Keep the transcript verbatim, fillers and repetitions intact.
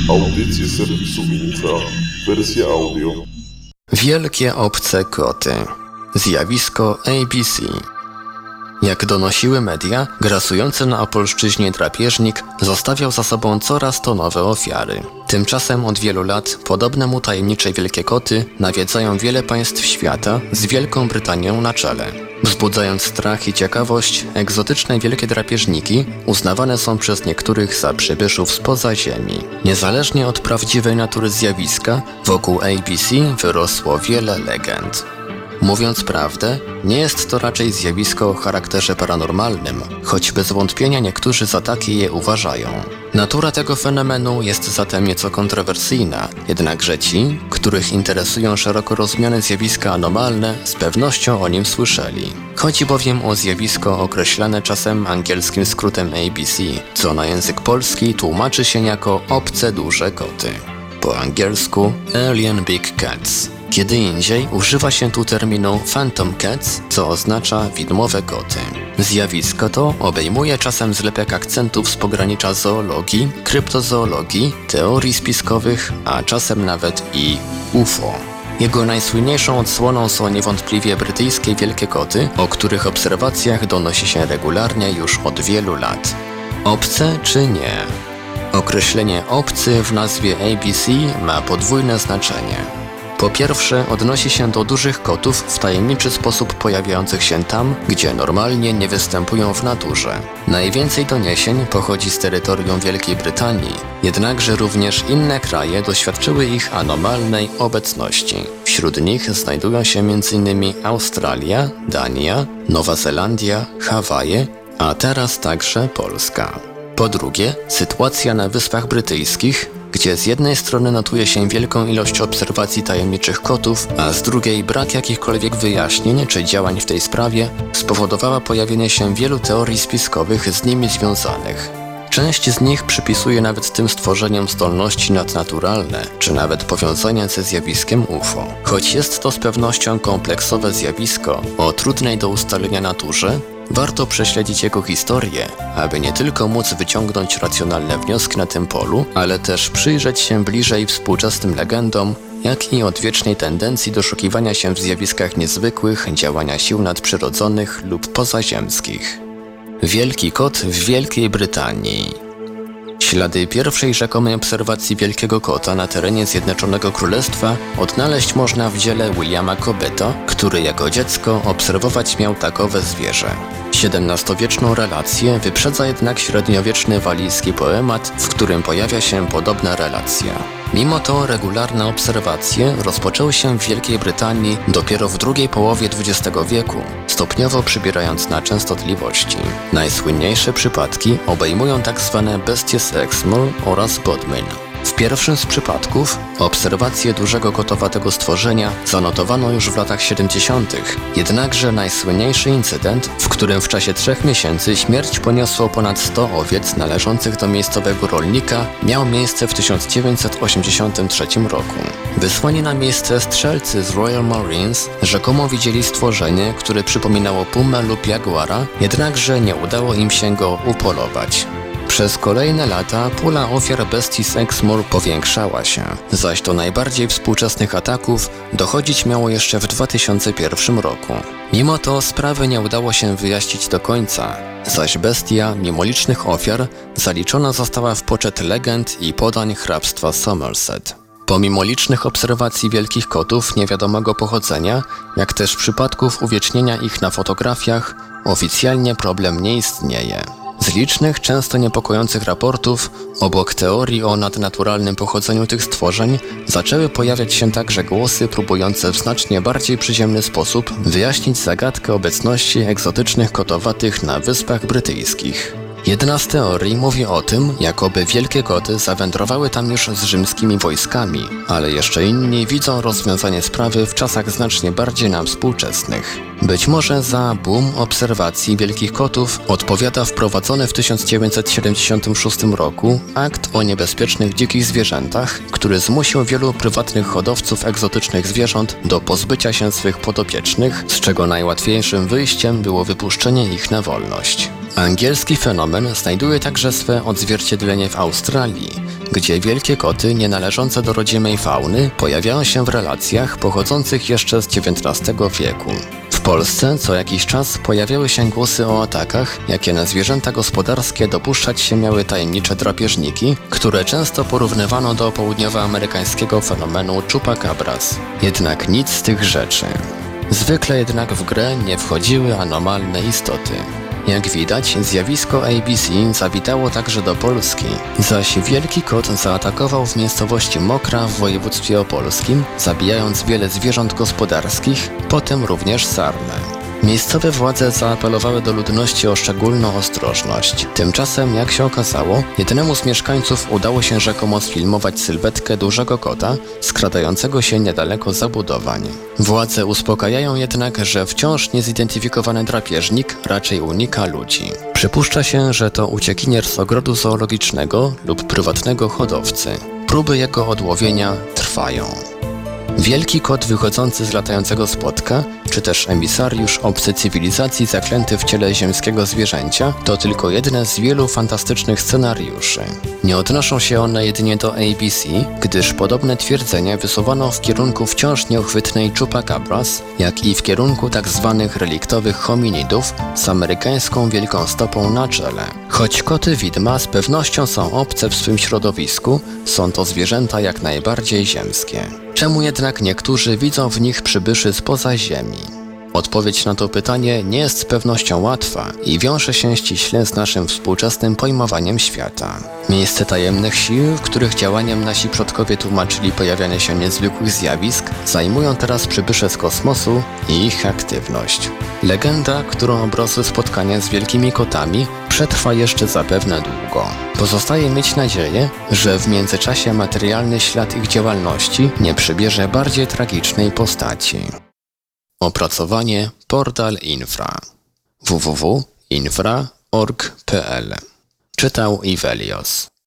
Audycje serwisu Infra, wersja audio. Wielkie obce koty. Zjawisko A B C. Jak donosiły media, grasujący na opolszczyźnie drapieżnik zostawiał za sobą coraz to nowe ofiary. Tymczasem od wielu lat podobne mu tajemnicze wielkie koty nawiedzają wiele państw świata z Wielką Brytanią na czele. Wzbudzając strach i ciekawość, egzotyczne wielkie drapieżniki uznawane są przez niektórych za przybyszów spoza ziemi. Niezależnie od prawdziwej natury zjawiska, wokół A B C wyrosło wiele legend. Mówiąc prawdę, nie jest to raczej zjawisko o charakterze paranormalnym, choć bez wątpienia niektórzy za takie je uważają. Natura tego fenomenu jest zatem nieco kontrowersyjna, jednakże ci, których interesują szeroko rozumiane zjawiska anomalne, z pewnością o nim słyszeli. Chodzi bowiem o zjawisko określane czasem angielskim skrótem A B C, co na język polski tłumaczy się jako obce duże koty. Po angielsku Alien Big Cats. Kiedy indziej używa się tu terminu Phantom Cats, co oznacza widmowe koty. Zjawisko to obejmuje czasem zlepek akcentów z pogranicza zoologii, kryptozoologii, teorii spiskowych, a czasem nawet i U F O. Jego najsłynniejszą odsłoną są niewątpliwie brytyjskie wielkie koty, o których obserwacjach donosi się regularnie już od wielu lat. Obce czy nie? Określenie obcy w nazwie A B C ma podwójne znaczenie. Po pierwsze, odnosi się do dużych kotów w tajemniczy sposób pojawiających się tam, gdzie normalnie nie występują w naturze. Najwięcej doniesień pochodzi z terytorium Wielkiej Brytanii, jednakże również inne kraje doświadczyły ich anomalnej obecności. Wśród nich znajdują się między innymi Australia, Dania, Nowa Zelandia, Hawaje, a teraz także Polska. Po drugie, sytuacja na Wyspach Brytyjskich, gdzie z jednej strony notuje się wielką ilość obserwacji tajemniczych kotów, a z drugiej brak jakichkolwiek wyjaśnień czy działań w tej sprawie, spowodowała pojawienie się wielu teorii spiskowych z nimi związanych. Część z nich przypisuje nawet tym stworzeniom zdolności nadnaturalne, czy nawet powiązania ze zjawiskiem U F O. Choć jest to z pewnością kompleksowe zjawisko o trudnej do ustalenia naturze, warto prześledzić jego historię, aby nie tylko móc wyciągnąć racjonalne wnioski na tym polu, ale też przyjrzeć się bliżej współczesnym legendom, jak i odwiecznej tendencji doszukiwania się w zjawiskach niezwykłych działania sił nadprzyrodzonych lub pozaziemskich. Wielki kot w Wielkiej Brytanii. Ślady pierwszej rzekomej obserwacji wielkiego kota na terenie Zjednoczonego Królestwa odnaleźć można w dziele Williama Cobbetta, który jako dziecko obserwować miał takowe zwierzę. siedemnastowieczną relację wyprzedza jednak średniowieczny walijski poemat, w którym pojawia się podobna relacja. Mimo to regularne obserwacje rozpoczęły się w Wielkiej Brytanii dopiero w drugiej połowie dwudziestego wieku, stopniowo przybierając na częstotliwości. Najsłynniejsze przypadki obejmują tzw. bestie z Exmoor oraz Bodmin. W pierwszym z przypadków obserwację dużego kotowatego stworzenia zanotowano już w latach siedemdziesiątych. Jednakże najsłynniejszy incydent, w którym w czasie trzech miesięcy śmierć poniosło ponad sto owiec należących do miejscowego rolnika, miał miejsce w tysiąc dziewięćset osiemdziesiątym trzecim roku. Wysłani na miejsce strzelcy z Royal Marines rzekomo widzieli stworzenie, które przypominało pumę lub jaguara, jednakże nie udało im się go upolować. Przez kolejne lata pula ofiar bestii z Exmoor powiększała się, zaś do najbardziej współczesnych ataków dochodzić miało jeszcze w dwa tysiące pierwszym roku. Mimo to sprawy nie udało się wyjaśnić do końca, zaś bestia, mimo licznych ofiar, zaliczona została w poczet legend i podań hrabstwa Somerset. Pomimo licznych obserwacji wielkich kotów niewiadomego pochodzenia, jak też przypadków uwiecznienia ich na fotografiach, oficjalnie problem nie istnieje. Z licznych, często niepokojących raportów, obok teorii o nadnaturalnym pochodzeniu tych stworzeń, zaczęły pojawiać się także głosy próbujące w znacznie bardziej przyziemny sposób wyjaśnić zagadkę obecności egzotycznych kotowatych na Wyspach Brytyjskich. Jedna z teorii mówi o tym, jakoby wielkie koty zawędrowały tam już z rzymskimi wojskami, ale jeszcze inni widzą rozwiązanie sprawy w czasach znacznie bardziej nam współczesnych. Być może za boom obserwacji wielkich kotów odpowiada wprowadzony w tysiąc dziewięćset siedemdziesiątym szóstym roku akt o niebezpiecznych dzikich zwierzętach, który zmusił wielu prywatnych hodowców egzotycznych zwierząt do pozbycia się swych podopiecznych, z czego najłatwiejszym wyjściem było wypuszczenie ich na wolność. Angielski fenomen znajduje także swe odzwierciedlenie w Australii, gdzie wielkie koty nienależące do rodzimej fauny pojawiają się w relacjach pochodzących jeszcze z dziewiętnastego wieku. W Polsce co jakiś czas pojawiały się głosy o atakach, jakie na zwierzęta gospodarskie dopuszczać się miały tajemnicze drapieżniki, które często porównywano do południowoamerykańskiego fenomenu chupacabras. Jednak nic z tych rzeczy. Zwykle jednak w grę nie wchodziły anomalne istoty. Jak widać, zjawisko A B C zawitało także do Polski, zaś wielki kot zaatakował w miejscowości Mokra w województwie opolskim, zabijając wiele zwierząt gospodarskich, potem również sarnę. Miejscowe władze zaapelowały do ludności o szczególną ostrożność. Tymczasem, jak się okazało, jednemu z mieszkańców udało się rzekomo sfilmować sylwetkę dużego kota skradającego się niedaleko zabudowań. Władze uspokajają jednak, że wciąż niezidentyfikowany drapieżnik raczej unika ludzi. Przypuszcza się, że to uciekinier z ogrodu zoologicznego lub prywatnego hodowcy. Próby jego odłowienia trwają. Wielki kot wychodzący z latającego spotka, czy też emisariusz obcej cywilizacji zaklęty w ciele ziemskiego zwierzęcia, to tylko jedne z wielu fantastycznych scenariuszy. Nie odnoszą się one jedynie do A B C, gdyż podobne twierdzenia wysuwano w kierunku wciąż nieuchwytnej chupacabras, jak i w kierunku tzw. reliktowych hominidów z amerykańską wielką stopą na czele. Choć koty widma z pewnością są obce w swym środowisku, są to zwierzęta jak najbardziej ziemskie. Czemu jednak niektórzy widzą w nich przybyszy spoza Ziemi? Odpowiedź na to pytanie nie jest z pewnością łatwa i wiąże się ściśle z naszym współczesnym pojmowaniem świata. Miejsce tajemnych sił, w których działaniem nasi przodkowie tłumaczyli pojawianie się niezwykłych zjawisk, zajmują teraz przybysze z kosmosu i ich aktywność. Legenda, którą obrosły spotkania z wielkimi kotami, przetrwa jeszcze zapewne długo. Pozostaje mieć nadzieję, że w międzyczasie materialny ślad ich działalności nie przybierze bardziej tragicznej postaci. Opracowanie Portal Infra w w w kropka infra kropka org kropka p l. Czytał Ivelios.